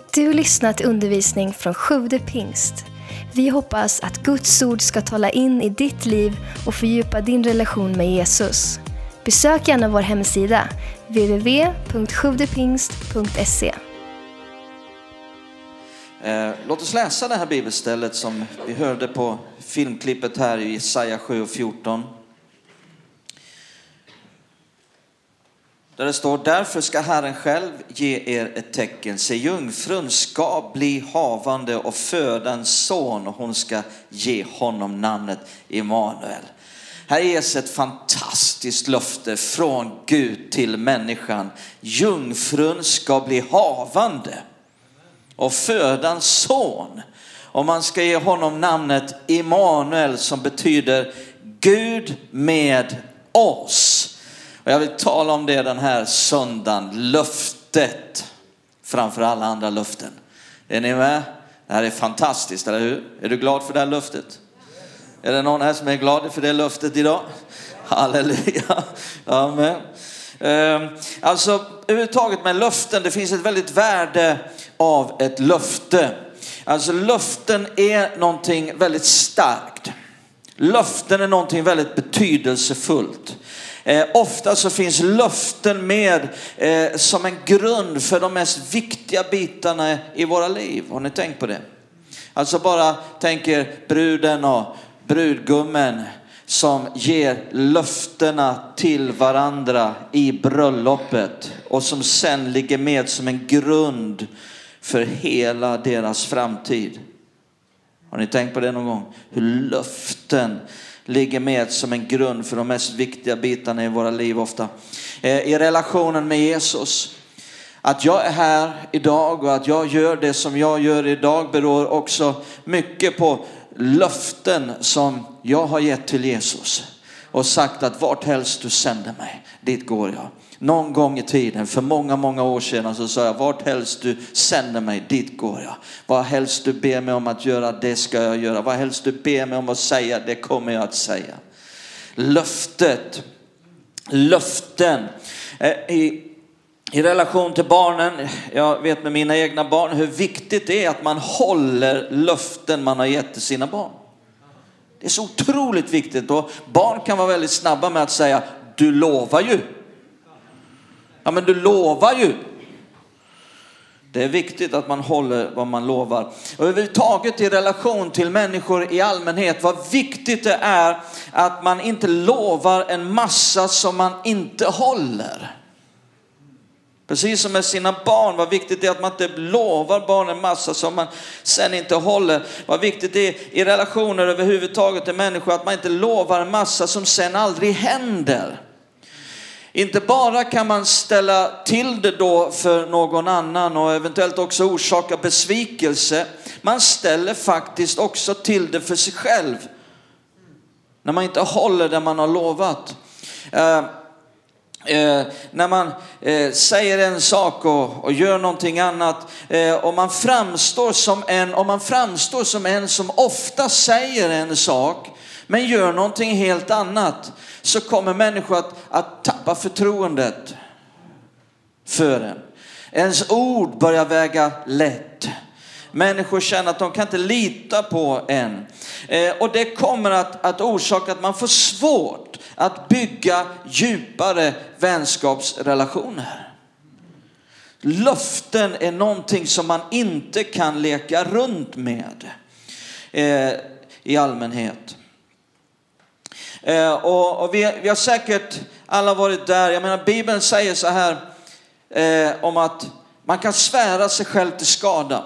Du har lyssnat till undervisning från Sjude Pingst. Vi hoppas att Guds ord ska tala in i ditt liv och fördjupa din relation med Jesus. Besök gärna vår hemsida, www.sjuvdepingst.se. Låt oss läsa det här bibelstället som vi hörde på filmklippet här i Jesaja 7:14. Där det står: därför ska Herren själv ge er ett tecken. Se, jungfrun ska bli havande och föda en son, och hon ska ge honom namnet Immanuel. Här ges ett fantastiskt löfte från Gud till människan. Jungfrun ska bli havande och föda en son, och man ska ge honom namnet Immanuel, som betyder Gud med oss. Och jag vill tala om det den här söndagen. Löftet framför alla andra löften. Är ni med? Det här är fantastiskt, eller hur? Är du glad för det här löftet? Är det någon här som är glad för det löftet idag? Halleluja. Amen. Alltså överhuvudtaget med löften, det finns ett väldigt värde av ett löfte. Alltså löften är någonting väldigt starkt. Löften är någonting väldigt betydelsefullt. Ofta så finns löften med som en grund för de mest viktiga bitarna i våra liv. Har ni tänkt på det? Alltså bara tänker bruden och brudgummen som ger löftena till varandra i bröllopet, och som sen ligger med som en grund för hela deras framtid. Har ni tänkt på det någon gång? Hur löften ligger med som en grund för de mest viktiga bitarna i våra liv ofta. I relationen med Jesus. Att jag är här idag och att jag gör det som jag gör idag beror också mycket på löften som jag har gett till Jesus. Och sagt att vart helst du sänder mig, dit går jag. Någon gång i tiden, för många år sedan, så sa jag: vart helst du sänder mig, dit går jag. Vad helst du ber mig om att göra, det ska jag göra. Vad helst du ber mig om att säga, det kommer jag att säga. Löften. I relation till barnen, jag vet med mina egna barn hur viktigt det är att man håller löften man har gett till sina barn. Det är så otroligt viktigt, och barn kan vara väldigt snabba med att säga: du lovar ju. Ja, men du lovar ju. Det är viktigt att man håller vad man lovar. Och överhuvudtaget i relation till människor i allmänhet, vad viktigt det är att man inte lovar en massa som man inte håller. Precis som med sina barn, vad viktigt det är att man inte lovar barn en massa som man sen inte håller. Vad viktigt det är i relationer överhuvudtaget till människor, att man inte lovar en massa som sen aldrig händer. Inte bara kan man ställa till det då för någon annan och eventuellt också orsaka besvikelse. Man ställer faktiskt också till det för sig själv när man inte håller det man har lovat. När man säger en sak och gör någonting annat, och man framstår som en som ofta säger en sak men gör någonting helt annat, så kommer människor att tappa förtroendet för en. Ens ord börjar väga lätt. Människor känner att de kan inte lita på en. Och det kommer att orsaka att man får svårt att bygga djupare vänskapsrelationer. Löften är någonting som man inte kan leka runt med i allmänhet. Och vi har säkert alla varit där. Jag menar, Bibeln säger så här om att man kan svära sig själv till skada.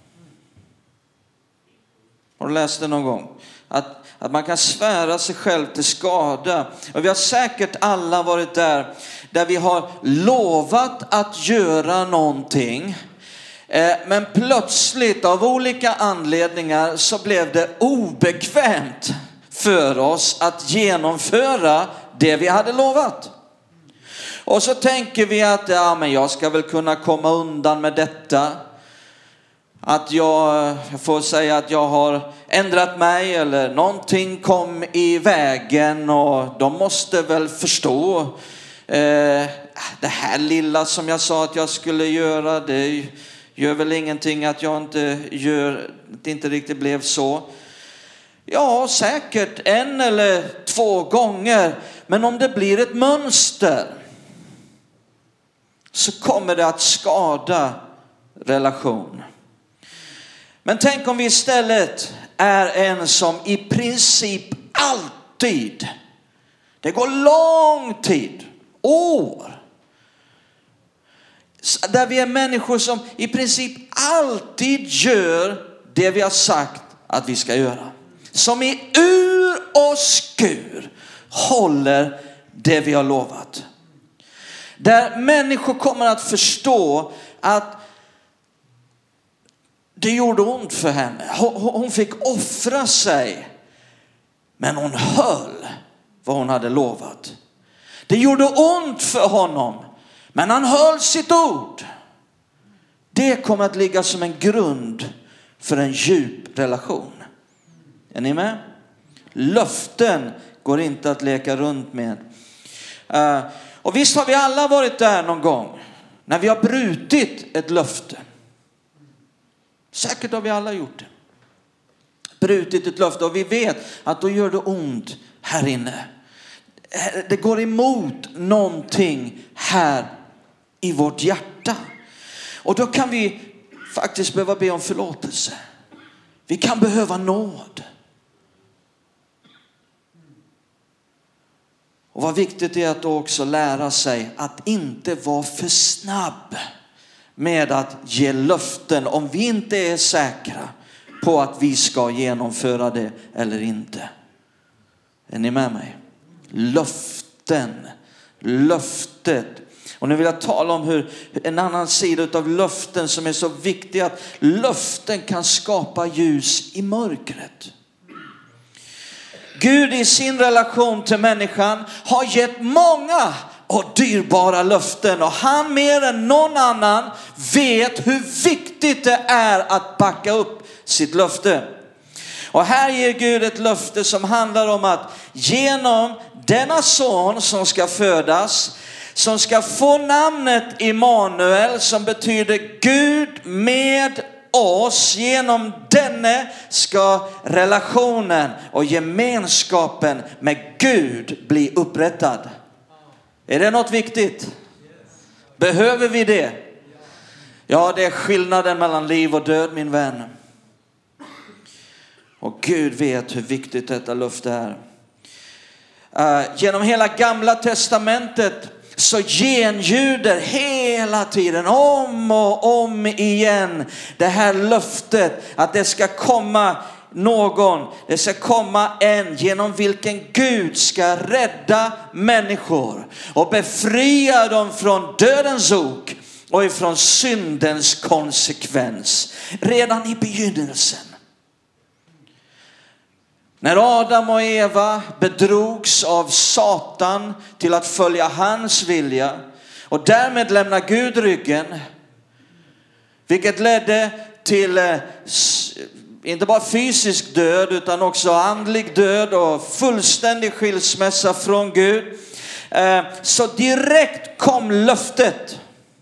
Har du läst det någon gång? Att man kan svära sig själv till skada. Och vi har säkert alla varit där vi har lovat att göra någonting. Men plötsligt av olika anledningar så blev det obekvämt för oss att genomföra det vi hade lovat. Och så tänker vi att men jag ska väl kunna komma undan med detta. Att jag får säga att jag har ändrat mig, eller någonting kom i vägen och de måste väl förstå. Det här lilla som jag sa att jag skulle göra, Gör väl ingenting att jag det inte riktigt blev så. Ja, säkert 1 eller 2 gånger. Men om det blir ett mönster så kommer det att skada relation. Men tänk om vi istället är en som i princip alltid, det går lång tid, år, där vi är människor som i princip alltid gör det vi har sagt att vi ska göra. Som i ur och skur håller det vi har lovat. Där människor kommer att förstå att det gjorde ont för henne. Hon fick offra sig. Men hon höll vad hon hade lovat. Det gjorde ont för honom. Men han höll sitt ord. Det kommer att ligga som en grund för en djup relation. Är ni med? Löften går inte att leka runt med. Och visst har vi alla varit där någon gång. När vi har brutit ett löfte. Säkert har vi alla gjort det. Brutit ett löfte och vi vet att då gör det ont här inne. Det går emot någonting här i vårt hjärta. Och då kan vi faktiskt behöva be om förlåtelse. Vi kan behöva nåd. Och vad viktigt är att då också lära sig att inte vara för snabb med att ge löften om vi inte är säkra på att vi ska genomföra det eller inte. Är ni med mig? Löftet. Och nu vill jag tala om hur en annan sida av löften som är så viktig, att löften kan skapa ljus i mörkret. Gud i sin relation till människan har gett många och dyrbara löften. Och han mer än någon annan vet hur viktigt det är att backa upp sitt löfte. Och här ger Gud ett löfte som handlar om att genom denna son som ska födas, som ska få namnet Immanuel, som betyder Gud med oss, genom denne ska relationen och gemenskapen med Gud bli upprättad. Är det något viktigt? Behöver vi det? Ja, det är skillnaden mellan liv och död, min vän. Och Gud vet hur viktigt detta löfte är. Genom hela gamla testamentet så genljuder hela tiden om och om igen det här löftet att det ska komma någon, det ska komma en genom vilken Gud ska rädda människor och befria dem från dödens ok och ifrån syndens konsekvens. Redan i begynnelsen. När Adam och Eva bedrogs av Satan till att följa hans vilja och därmed lämna Gud ryggen, vilket ledde till inte bara fysisk död utan också andlig död och fullständig skilsmässa från Gud, så direkt kom löftet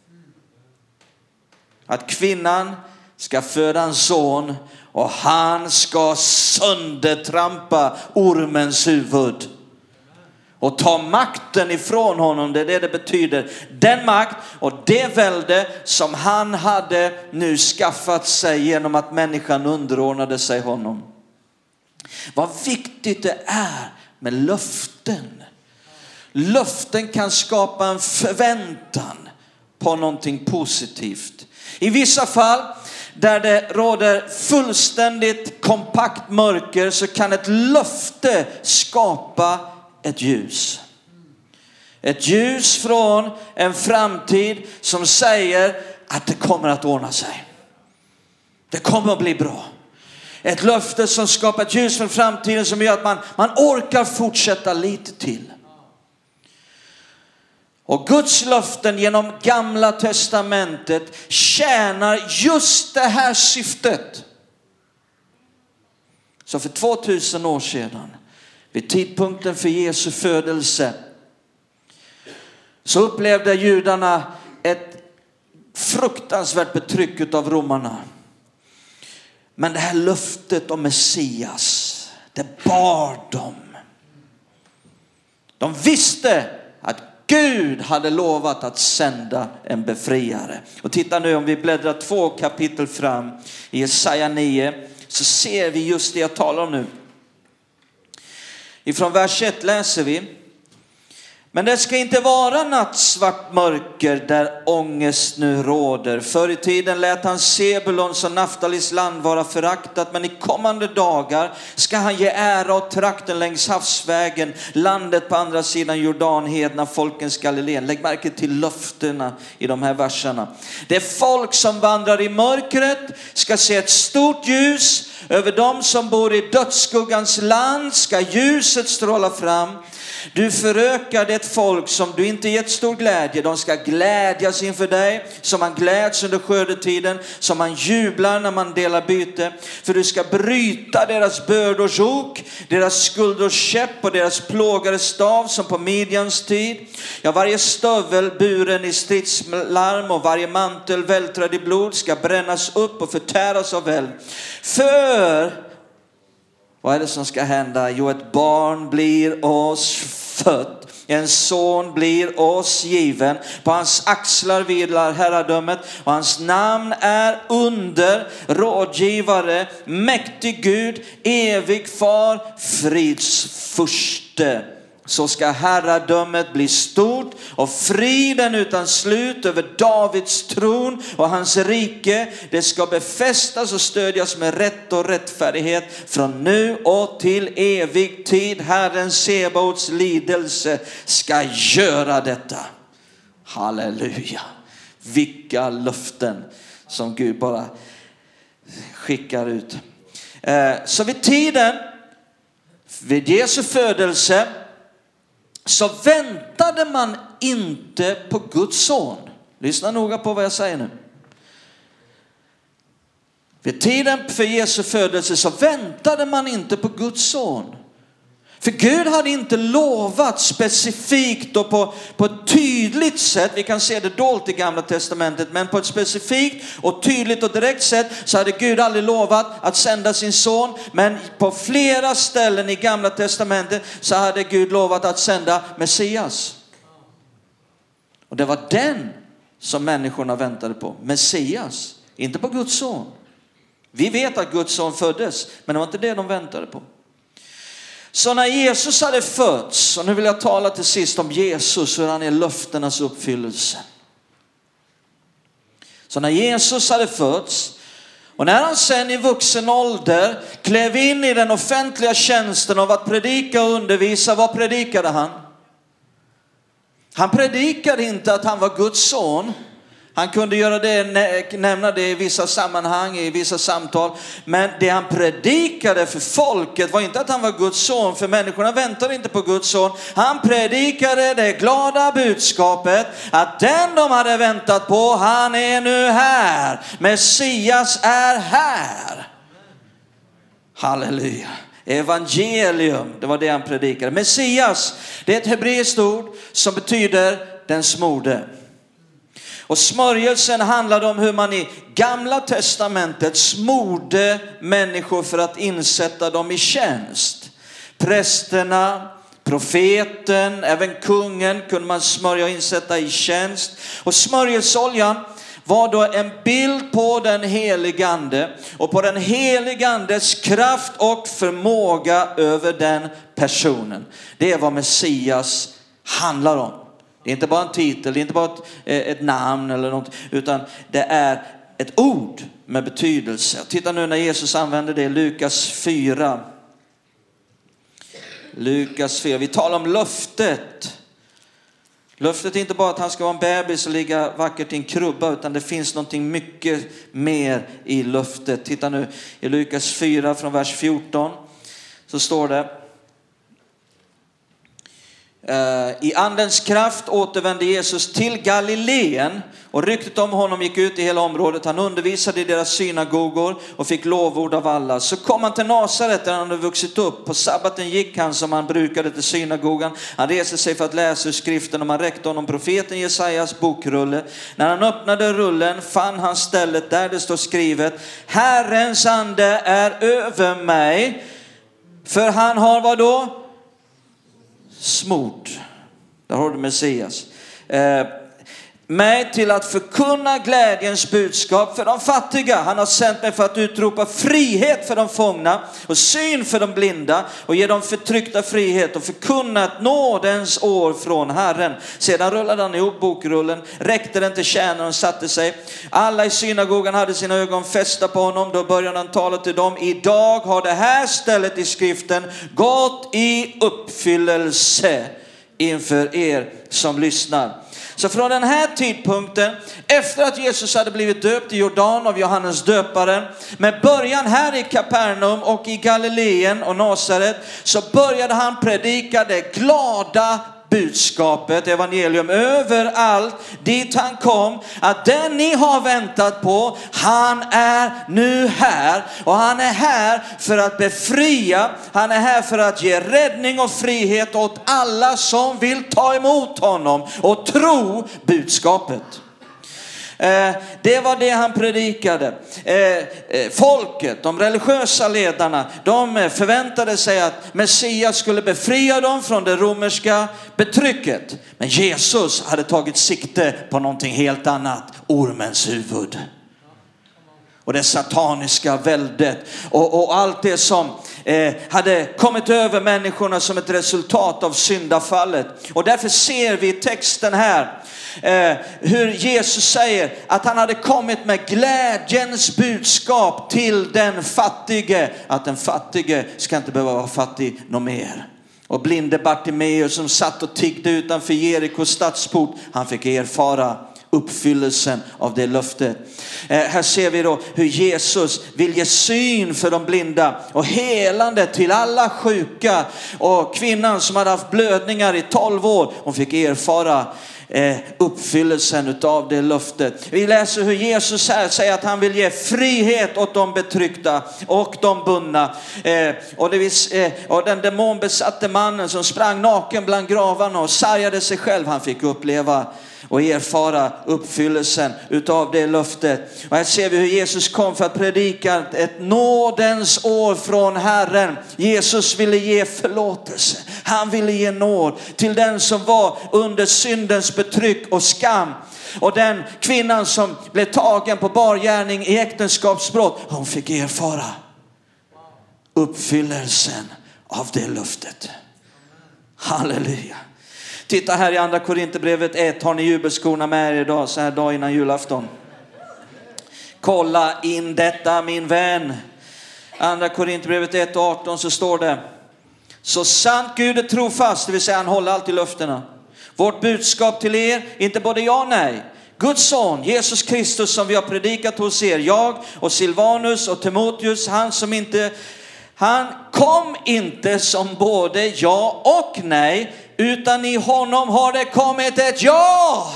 att kvinnan ska föda en son och han ska söndertrampa ormens huvud och ta makten ifrån honom. Det är det betyder. Den makt och det välde som han hade nu skaffat sig genom att människan underordnade sig honom. Vad viktigt det är med löften. Löften kan skapa en förväntan på någonting positivt. I vissa fall där det råder fullständigt kompakt mörker så kan ett löfte skapa ett ljus. Ett ljus från en framtid som säger att det kommer att ordna sig. Det kommer att bli bra. Ett löfte som skapar ett ljus från framtiden som gör att man orkar fortsätta lite till. Och Guds löften genom gamla testamentet tjänar just det här syftet. Så för 2000 år sedan, vid tidpunkten för Jesu födelse, så upplevde judarna ett fruktansvärt betryck av romarna. Men det här löftet om Messias, det bar dem. De visste att Gud hade lovat att sända en befriare. Och titta nu, om vi bläddrar 2 kapitel fram i Jesaja 9, så ser vi just det jag talar om nu. Ifrån vers 1 läser vi: men det ska inte vara nattsvart mörker där ångest nu råder. Förr i tiden lät han Sebulons och Naftalis land vara föraktat, men i kommande dagar ska han ge ära åt trakten längs havsvägen, landet på andra sidan Jordan, hedna folkens Galileen. Lägg märke till löftena i de här verserna. Det folk som vandrar i mörkret ska se ett stort ljus. Över dem som bor i dödsskuggans land ska ljuset stråla fram. Du förökar det folk som du inte gett stor glädje. De ska glädjas inför dig som man gläds under skördetiden, som man jublar när man delar byte. För du ska bryta deras bördors ok, deras skuldors käpp och deras plågare stav som på Midjans tid. Ja, varje stövel buren i stridslarm och varje mantel vältrad i blod ska brännas upp och förtäras av eld. För vad är det som ska hända? Jo, ett barn blir oss fött. En son blir oss given. På hans axlar vilar herradömet. Och hans namn är under, rådgivare, mäktig Gud, evig far, fridsfurste. Så ska herradömet bli stort och friden utan slut över Davids tron och hans rike. Det ska befästas och stödjas med rätt och rättfärdighet från nu och till evig tid. Herren Sebaots lidelse ska göra detta. Halleluja. Vilka löften som Gud bara skickar ut. Så vid tiden, vid Jesu födelse, så väntade man inte på Guds son. Lyssna noga på vad jag säger nu. Vid tiden för Jesu födelse så väntade man inte på Guds son. För Gud hade inte lovat specifikt och på ett tydligt sätt. Vi kan se det dolt i Gamla testamentet. Men på ett specifikt och tydligt och direkt sätt så hade Gud aldrig lovat att sända sin son. Men på flera ställen i Gamla testamentet så hade Gud lovat att sända Messias. Och det var den som människorna väntade på. Messias, inte på Guds son. Vi vet att Guds son föddes, men det var inte det de väntade på. Så när Jesus hade fötts, och nu vill jag tala till sist om Jesus, hur han är löftenas uppfyllelse. Så när Jesus hade fötts, och när han sen i vuxen ålder klev in i den offentliga tjänsten av att predika och undervisa, vad predikade han? Han predikade inte att han var Guds son. Han kunde göra det, nämna det i vissa sammanhang, i vissa samtal. Men det han predikade för folket var inte att han var Guds son. För människorna väntade inte på Guds son. Han predikade det glada budskapet att den de hade väntat på, han är nu här. Messias är här. Halleluja. Evangelium, det var det han predikade. Messias, det är ett hebreiskt ord som betyder den smorde. Och smörjelsen handlade om hur man i Gamla testamentet smorde människor för att insätta dem i tjänst. Prästerna, profeten, även kungen kunde man smörja och insätta i tjänst. Och smörjelsoljan var då en bild på den helige ande och på den helige andes kraft och förmåga över den personen. Det är vad Messias handlar om. Det är inte bara en titel, det är inte bara ett namn eller något, utan det är ett ord med betydelse. Titta nu när Jesus använder det i Lukas 4. Lukas 4, vi talar om löftet. Löftet är inte bara att han ska vara en bebis och ligga vackert i en krubba, utan det finns någonting mycket mer i löftet. Titta nu i Lukas 4 från vers 14 så står det: I andens kraft återvände Jesus till Galileen och ryktet om honom gick ut i hela området. Han undervisade i deras synagogor och fick lovord av alla. Så kom han till Nasaret där han hade vuxit upp. På sabbaten gick han som han brukade till synagogan. Han reste sig för att läsa ur skriften och man räckte honom profeten Jesajas bokrulle. När han öppnade rullen fann han stället där det står skrivet: Herrens ande är över mig, för han har vad då? Smort. Där har du Messias. Mig till att förkunna glädjens budskap för de fattiga. Han har sänt mig för att utropa frihet för de fångna och syn för de blinda och ge dem förtryckta frihet och förkunna ett nådens år från Herren. Sedan rullade han ihop bokrullen, räckte den till tjänaren och satte sig. Alla i synagogan hade sina ögon fästa på honom. Då började han tala till dem: idag har det här stället i skriften gått i uppfyllelse inför er som lyssnar. Så från den här tidpunkten, efter att Jesus hade blivit döpt i Jordan av Johannes döparen, med början här i Kapernaum och i Galileen och Nasaret, så började han predika det glada budskapet, evangelium, överallt dit han kom, att den ni har väntat på, han är nu här. Och han är här för att befria, han är här för att ge räddning och frihet åt alla som vill ta emot honom och tro budskapet. Det var det han predikade. Folket, de religiösa ledarna, de förväntade sig att Messias skulle befria dem från det romerska betrycket. Men Jesus hade tagit sikte på någonting helt annat: ormens huvud. Och det sataniska väldet och allt det som hade kommit över människorna som ett resultat av syndafallet. Och därför ser vi i texten här hur Jesus säger att han hade kommit med glädjens budskap till den fattige. Att den fattige ska inte behöva vara fattig någon mer. Och blinde Bartimeus som satt och tiggde utanför Jerikos stadsport, han fick erfara uppfyllelsen av det löftet. Här ser vi då hur Jesus vill ge syn för de blinda och helande till alla sjuka. Och kvinnan som hade haft blödningar i 12 år, hon fick erfara uppfyllelsen utav det löftet. Vi läser hur Jesus här säger att han vill ge frihet åt de betryckta och de bundna. Och den demonbesatte mannen som sprang naken bland gravarna och sargade sig själv, han fick uppleva och erfara uppfyllelsen utav det löftet. Och här ser vi hur Jesus kom för att predika ett nådens år från Herren. Jesus ville ge förlåtelse. Han ville ge nåd till den som var under syndens betryck och skam. Och den kvinnan som blev tagen på bargärning i äktenskapsbrott, hon fick erfara uppfyllelsen av det löftet. Halleluja. Titta här i andra Korinthierbrevet 1. Har ni jubelskorna med er idag, så här dag innan julafton? Kolla in detta, min vän. Andra Korinthierbrevet 1:18 så står det: så sant Gud är trofast, det vill säga han håller alltid löftena. Vårt budskap till er, inte både ja och nej. Guds son, Jesus Kristus, som vi har predikat hos er, jag och Silvanus och Timoteus, han kom inte som både ja och nej, utan i honom har det kommit ett ja.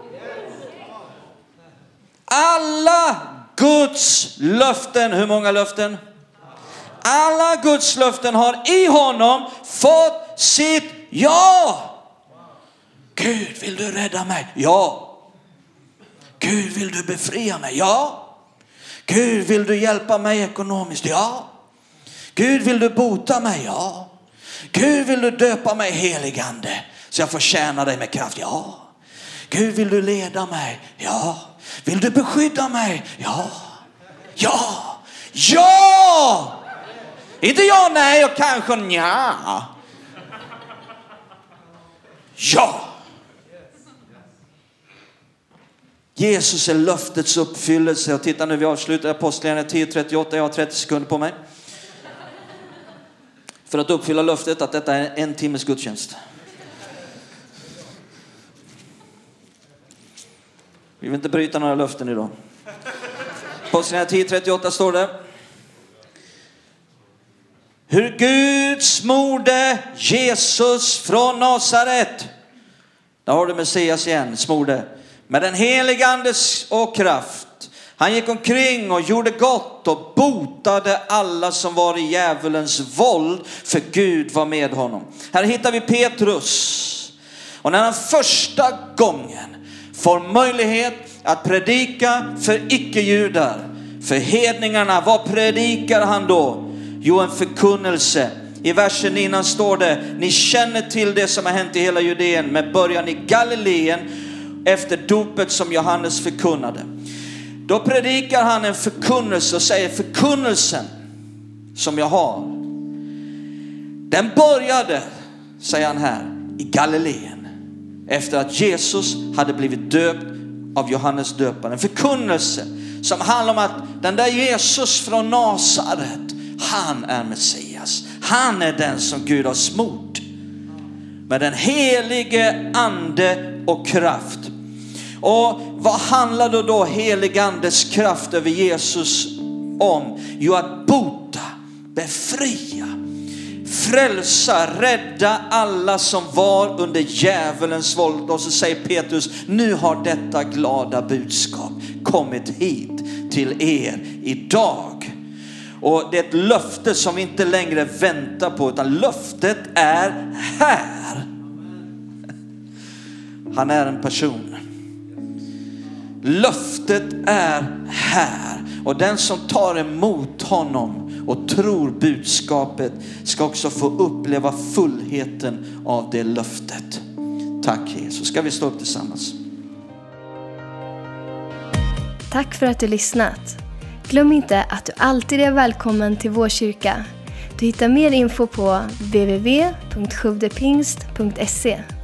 Alla Guds löften, hur många löften? Alla Guds löften har i honom fått sitt ja. Gud, vill du rädda mig? Ja. Gud, vill du befria mig? Ja. Gud, vill du hjälpa mig ekonomiskt? Ja. Gud, vill du bota mig? Ja. Gud, vill du döpa mig heligande så jag får tjäna dig med kraft? Ja. Gud, vill du leda mig? Ja. Vill du beskydda mig? Ja. Ja. Ja. Inte ja, nej och kanske nja. Ja. Jesus är löftets uppfyllelse. Och titta nu, vi avslutar Apostlagärningarna 10:38. Jag har 30 sekunder på mig för att uppfylla löftet att detta är 1 timmes gudstjänst. Vi vill inte bryta några löften idag. Apostlagärningarna 10:38 står det: hur Gud smorde Jesus från Nasaret. Där har du Messias igen, smorde. Med den heliga andes och kraft. Han gick omkring och gjorde gott och botade alla som var i djävulens våld. För Gud var med honom. Här hittar vi Petrus. Och när han första gången får möjlighet att predika för icke-judar, för hedningarna, vad predikar han då? Jo, en förkunnelse. I versen innan står det: ni känner till det som har hänt i hela Judeen med början i Galileen efter dopet som Johannes förkunnade. Då predikar han en förkunnelse och säger: förkunnelsen som jag har, den började, säger han här, i Galileen. Efter att Jesus hade blivit döpt av Johannes döparen. En förkunnelse som handlar om att den där Jesus från Nasaret, han är Messias. Han är den som Gud har smort med den helige ande och kraft. Och vad handlar då helig andes kraft över Jesus om? Jo, att bota, befria, frälsa, rädda alla som var under djävulens våld. Och så säger Petrus: nu har detta glada budskap kommit hit till er idag. Och det är ett löfte som vi inte längre väntar på, utan löftet är här. Han är en person. Löftet är här. Och den som tar emot honom och tror budskapet ska också få uppleva fullheten av det löftet. Tack Jesus. Ska vi stå upp tillsammans? Tack för att du lyssnat. Glöm inte att du alltid är välkommen till vår kyrka. Du hittar mer info på www.sjuvdepingst.se.